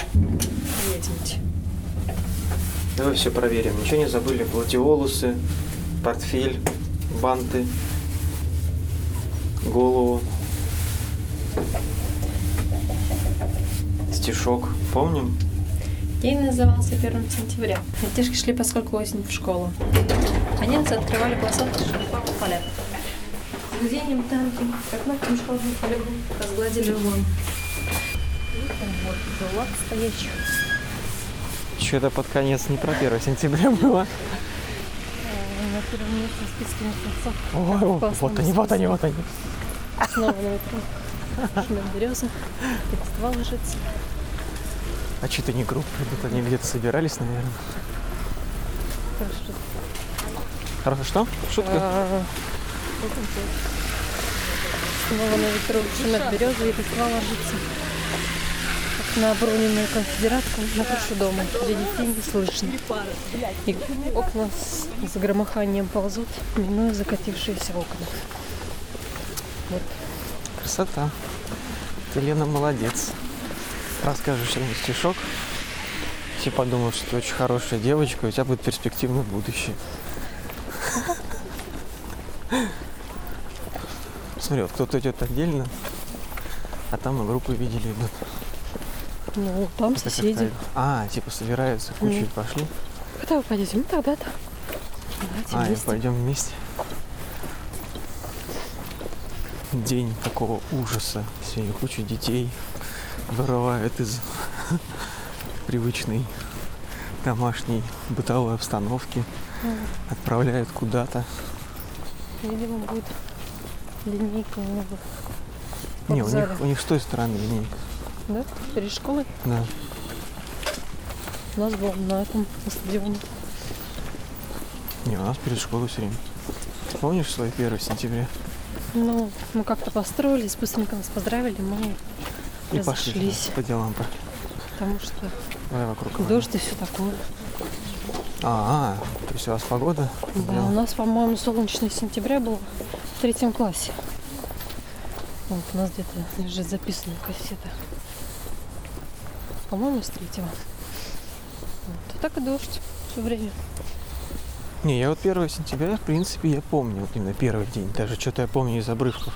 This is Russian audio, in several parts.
Едемте. Давай все проверим. Ничего не забыли? Гладиолусы, портфель, банты, голову, стишок. Помним? День назывался 1 сентября. Детишки шли, поскольку осень, в школу. Они открывали кроссовки шелкового поля. С глядением танки, как ногтем школьную полюбу, разгладили вон. Вот, зулак стоящих. Что-то под конец не про 1 сентября было. На первом месте в списке мертвецов. Ой, вот они. Снова на ветру. Шумят березы, листва ложится. А что-то не группа идут, они где-то собирались, наверное. Хорошо. Хорошо, что? Шутка? Снова на ветру шумят березы, и листва ложится. Как на оброненную конфедератку на крышу дома, где детей не слышно. И окна с громыханием ползут, минуя закатившиеся окна. Вот. Красота. Ты, Лена, молодец. Расскажешь что-нибудь стишок. Все подумают, что ты очень хорошая девочка, у тебя будет перспективное будущее. Смотри, вот кто-то идет отдельно, а там мы группы видели идут. Ну, там Это соседи. типа собираются, кучей пошли. Куда вы пойдете? Мы тогда-то. Давайте вместе. Пойдем вместе. День такого ужаса. Сегодня куча детей вырывают из привычной домашней бытовой обстановки, отправляют куда-то. Видимо, будет линейка у них. Не, у них с той стороны линейка. Да? Перед школой? Да. У нас был на этом на стадионе. Не, у нас перед школой все время. Ты помнишь свой 1 сентября? Ну, мы как-то построились, быстренько нас поздравили, мы И разошлись. пошли по делам. Потому что Давай вокруг. дождь и все такое. То есть у вас погода? Да, у нас, по-моему, солнечное сентября было в 3 классе. Вот у нас где-то лежит записана кассета. По-моему, с 3-го. Вот. И так и дождь все время. Не, я вот 1 сентября, в принципе, я помню, вот именно первый день. Даже что-то я помню из обрывков.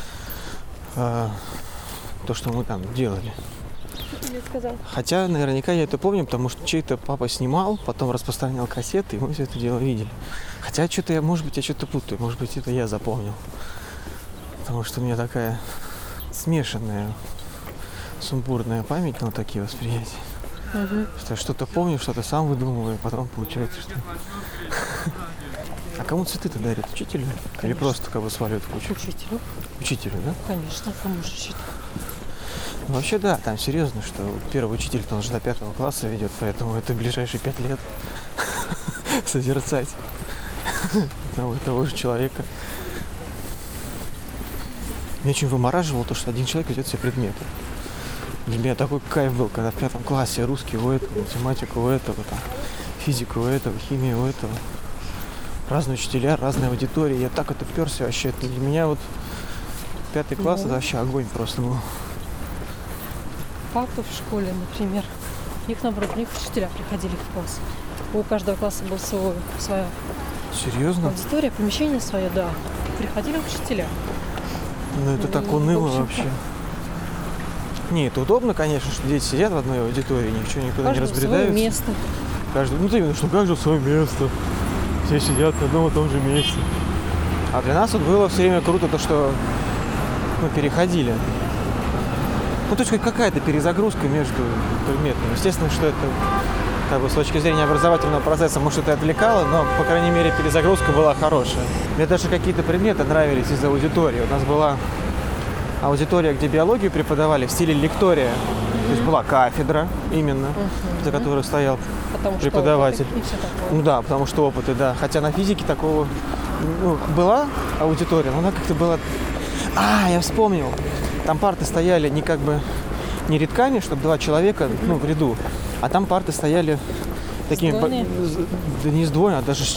То, что мы там делали. Что ты мне сказал? Хотя, наверняка я это помню, потому что чей-то папа снимал, потом распространял кассеты, и мы все это дело видели. Хотя что-то может быть, я что-то путаю. Может быть, это я запомнил. Потому что у меня такая смешанная, сумбурная память на такие восприятия. Что я что-то помню, что-то сам выдумываю, и потом получается, что... А кому цветы-то дарят? Учителю? Конечно. Или просто как бы сваливают в кучу? Учителю. Учителю, да? Конечно, кому же считать. Ну, вообще, да, там серьезно, что первый учитель-то он же до 5 класса ведет, поэтому это ближайшие 5 лет созерцать того же человека. Меня очень вымораживало то, что один человек ведет все предметы. Для меня такой кайф был, когда в 5 классе русский у этого, математику у этого, там, физику у этого, химию у этого. Разные учителя, разные аудитории. Я так это перся вообще. Это для меня вот 5 класс это вообще огонь просто был. Папа в школе, например, у них учителя приходили в класс. У каждого класса была своя Серьезно? аудитория, помещение свое, да. Приходили учителя. Ну это так уныло вообще. Не, это удобно, конечно, что дети сидят в одной аудитории, ничего никуда не разбредаются. Свое место. Ну ты именно, что каждый свое место. Все сидят на одном и том же месте. А для нас вот было все время круто то, что мы переходили. Ну, то есть хоть какая-то перезагрузка между предметами. Естественно, что это как бы с точки зрения образовательного процесса, может, это отвлекало, но, по крайней мере, перезагрузка была хорошая. Мне даже какие-то предметы нравились из аудитории. У нас была аудитория, где биологию преподавали в стиле лектория. То есть была кафедра именно, за которой стоял преподаватель. Ну да, потому что опыты, да. Хотя на физике такого была аудитория, но она как-то была... Я вспомнил. Там парты стояли не рядками, чтобы 2 человека в ряду, а там парты стояли такими... Да не сдвоенные, а даже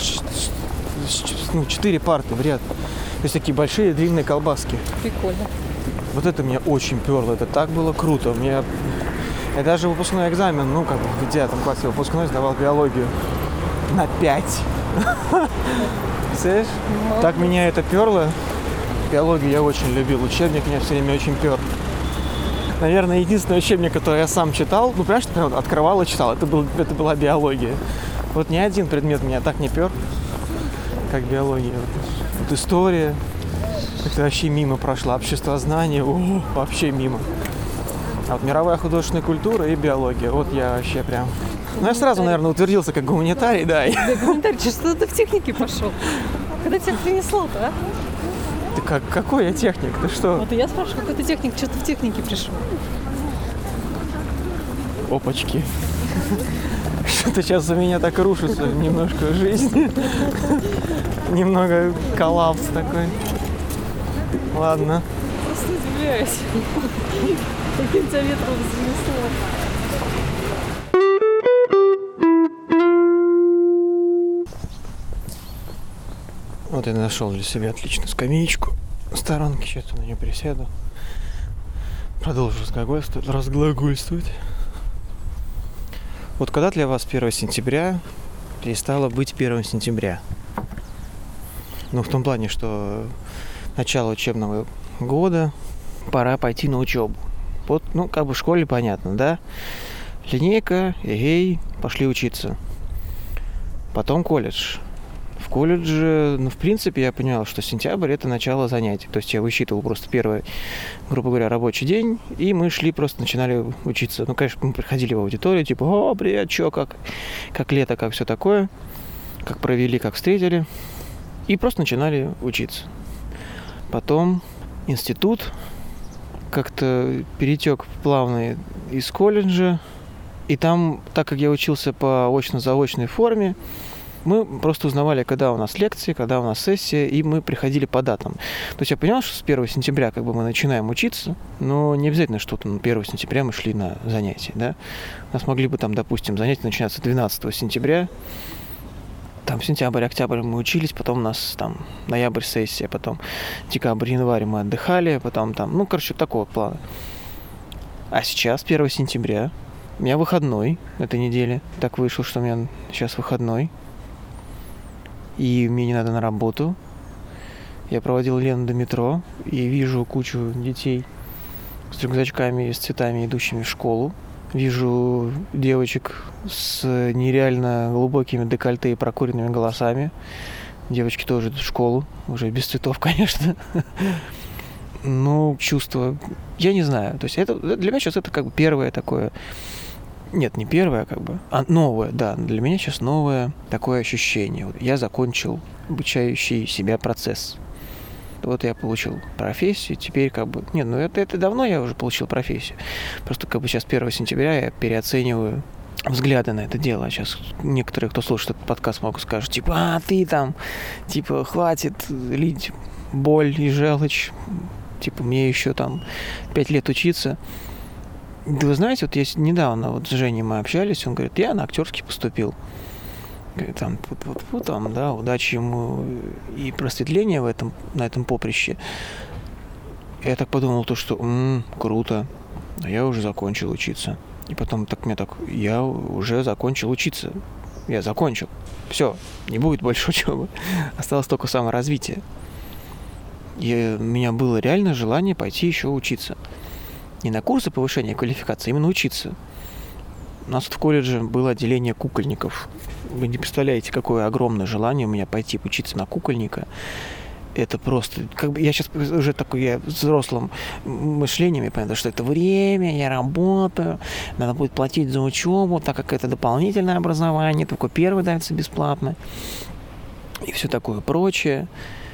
4 парты в ряд. То есть такие большие длинные колбаски. Прикольно. Вот это меня очень перло, это так было круто. Я даже выпускной экзамен, ну, как бы в 9 классе выпускной сдавал биологию на 5. Представляешь? Так меня это перло. Биологию я очень любил. Учебник меня все время очень пер. Наверное, единственный учебник, который я сам читал, ну, понимаешь, прям открывал и читал, это была биология. Вот ни один предмет меня так не пер, как биология. Вот история, это вообще мимо прошла. Обществознание, вообще мимо. А вот мировая художественная культура и биология, вот я вообще прям... Ну, я сразу, наверное, утвердился как гуманитарий, да. Да, гуманитарий, что ты в технике пошел? Когда тебя принесло-то, а? Ты какой я техник? Ты что? Вот и я спрашиваю, какой ты техник, что ты в технике пришел? Опачки. Что-то сейчас у меня так рушится немножко жизнь. Немного коллапс такой. Ладно. Просто удивляюсь. Каким тебя ветром занесло? Вот я нашел для себя отличную скамеечку в сторонке. Сейчас я на нее присяду. Продолжу разглагольствовать. Вот когда для вас 1 сентября перестало быть 1 сентября? Ну, в том плане, что начало учебного года, пора пойти на учебу. Вот, ну, как бы в школе понятно, да? Линейка, эгей, пошли учиться. Потом колледж. В колледже, ну, в принципе, я понял, что сентябрь – это начало занятий. То есть я высчитывал просто первый, грубо говоря, рабочий день, и мы шли, просто начинали учиться. Ну, конечно, мы приходили в аудиторию, типа, о, привет, чё, как лето, как все такое, как провели, как встретили. И просто начинали учиться. Потом институт как-то перетек плавно из колледжа. И там, так как я учился по очно-заочной форме, мы просто узнавали, когда у нас лекции, когда у нас сессия, и мы приходили по датам. То есть я понял, что с 1 сентября как бы мы начинаем учиться, но не обязательно, что 1 сентября мы шли на занятия, да. У нас могли бы там, допустим, занятия начинаться 12 сентября, там сентябрь, октябрь мы учились, потом у нас там ноябрь сессия, потом декабрь, январь мы отдыхали, потом там, ну, короче, такого плана. А сейчас, 1 сентября, у меня выходной этой неделе. Так вышло, что у меня сейчас выходной. И мне не надо на работу. Я проводил Лену до метро и вижу кучу детей с рюкзачками и с цветами, идущими в школу. Вижу девочек с нереально глубокими декольте и прокуренными голосами. Девочки тоже идут в школу, уже без цветов, конечно. Ну, чувство, я не знаю. То есть это для меня сейчас это как бы первое такое... Нет, не первое, как бы, а новое, да. Для меня сейчас новое такое ощущение. Вот я закончил обучающий себя процесс. Вот я получил профессию, теперь как бы... Нет, ну это давно я уже получил профессию. Просто как бы сейчас 1 сентября я переоцениваю взгляды на это дело. Сейчас некоторые, кто слушает этот подкаст, могут сказать, типа, ты там, типа, хватит лить боль и желчь. Типа, мне еще там 5 лет учиться. Да вы знаете, вот есть недавно вот с Женей мы общались, он говорит, я на актерский поступил. Говорит, там, там, да, удачи ему и просветления на этом поприще. Я так подумал, что круто, а я уже закончил учиться. И потом я уже закончил учиться. Я закончил. Все, не будет больше учебы. Осталось только саморазвитие. И у меня было реально желание пойти еще учиться. Не на курсы повышения квалификации, а именно учиться. У нас в колледже было отделение кукольников. Вы не представляете, какое огромное желание у меня пойти учиться на кукольника. Это просто... Как бы я сейчас уже такой взрослым мышлением, я понимаю, что это время, я работаю, надо будет платить за учебу, так как это дополнительное образование, только первый дается бесплатно. И все такое прочее.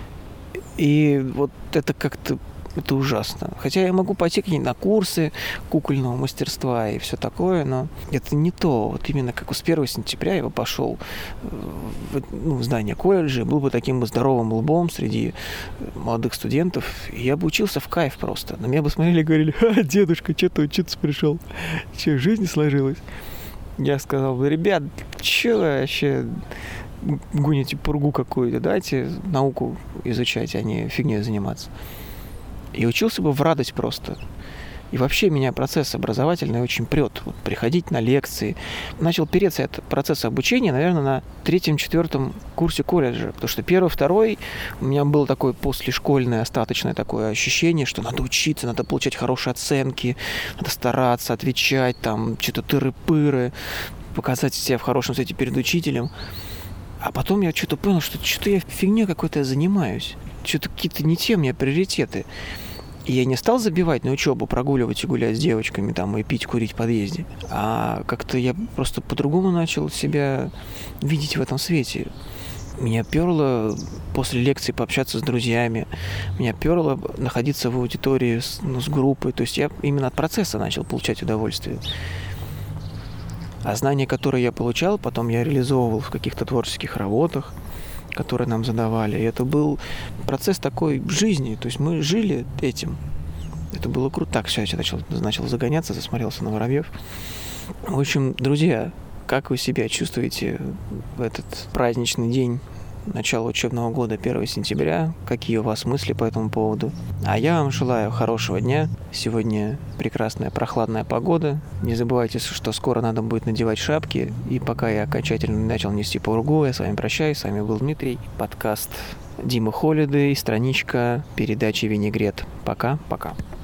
И вот это как-то... Это ужасно. Хотя я могу пойти какие-нибудь на курсы кукольного мастерства и все такое, но это не то. Вот именно как с 1 сентября я бы пошел в здание колледжа, был бы таким бы здоровым лбом среди молодых студентов, и я бы учился в кайф просто. На меня бы смотрели и говорили, дедушка, что ты учиться пришел? Что, жизнь сложилась? Я сказал, ребят, что вы вообще гоните пургу какую-то? Давайте науку изучать, а не фигней заниматься. И учился бы в радость просто. И вообще меня процесс образовательный очень прет. Вот приходить на лекции. Начал переться этот процесс обучения, наверное, на 3-4 курсе колледжа. Потому что 1-2 у меня было такое послешкольное, остаточное такое ощущение, что надо учиться, надо получать хорошие оценки, надо стараться, отвечать, там, что-то тыры-пыры, показать себя в хорошем свете перед учителем. А потом я что-то понял, что что-то я фигней какой-то занимаюсь. Что-то какие-то не те у меня приоритеты. И я не стал забивать на учебу, прогуливать и гулять с девочками там, и пить, курить в подъезде. А как-то я просто по-другому начал себя видеть в этом свете. Меня перло после лекции пообщаться с друзьями. Меня перло находиться в аудитории с группой. То есть я именно от процесса начал получать удовольствие. А знания, которые я получал, потом я реализовывал в каких-то творческих работах, которые нам задавали. И это был процесс такой жизни. То есть мы жили этим. Это было круто. Так, все, я начал загоняться, засмотрелся на воробьев. В общем, друзья, как вы себя чувствуете в этот праздничный день начала учебного года, 1 сентября? Какие у вас мысли по этому поводу? А я вам желаю хорошего дня. Сегодня прекрасная прохладная погода. Не забывайте, что скоро надо будет надевать шапки. И пока я окончательно не начал нести пургу, я с вами прощаюсь. С вами был Дмитрий. Подкаст Дима Холидей, страничка передачи «Винегрет». Пока-пока.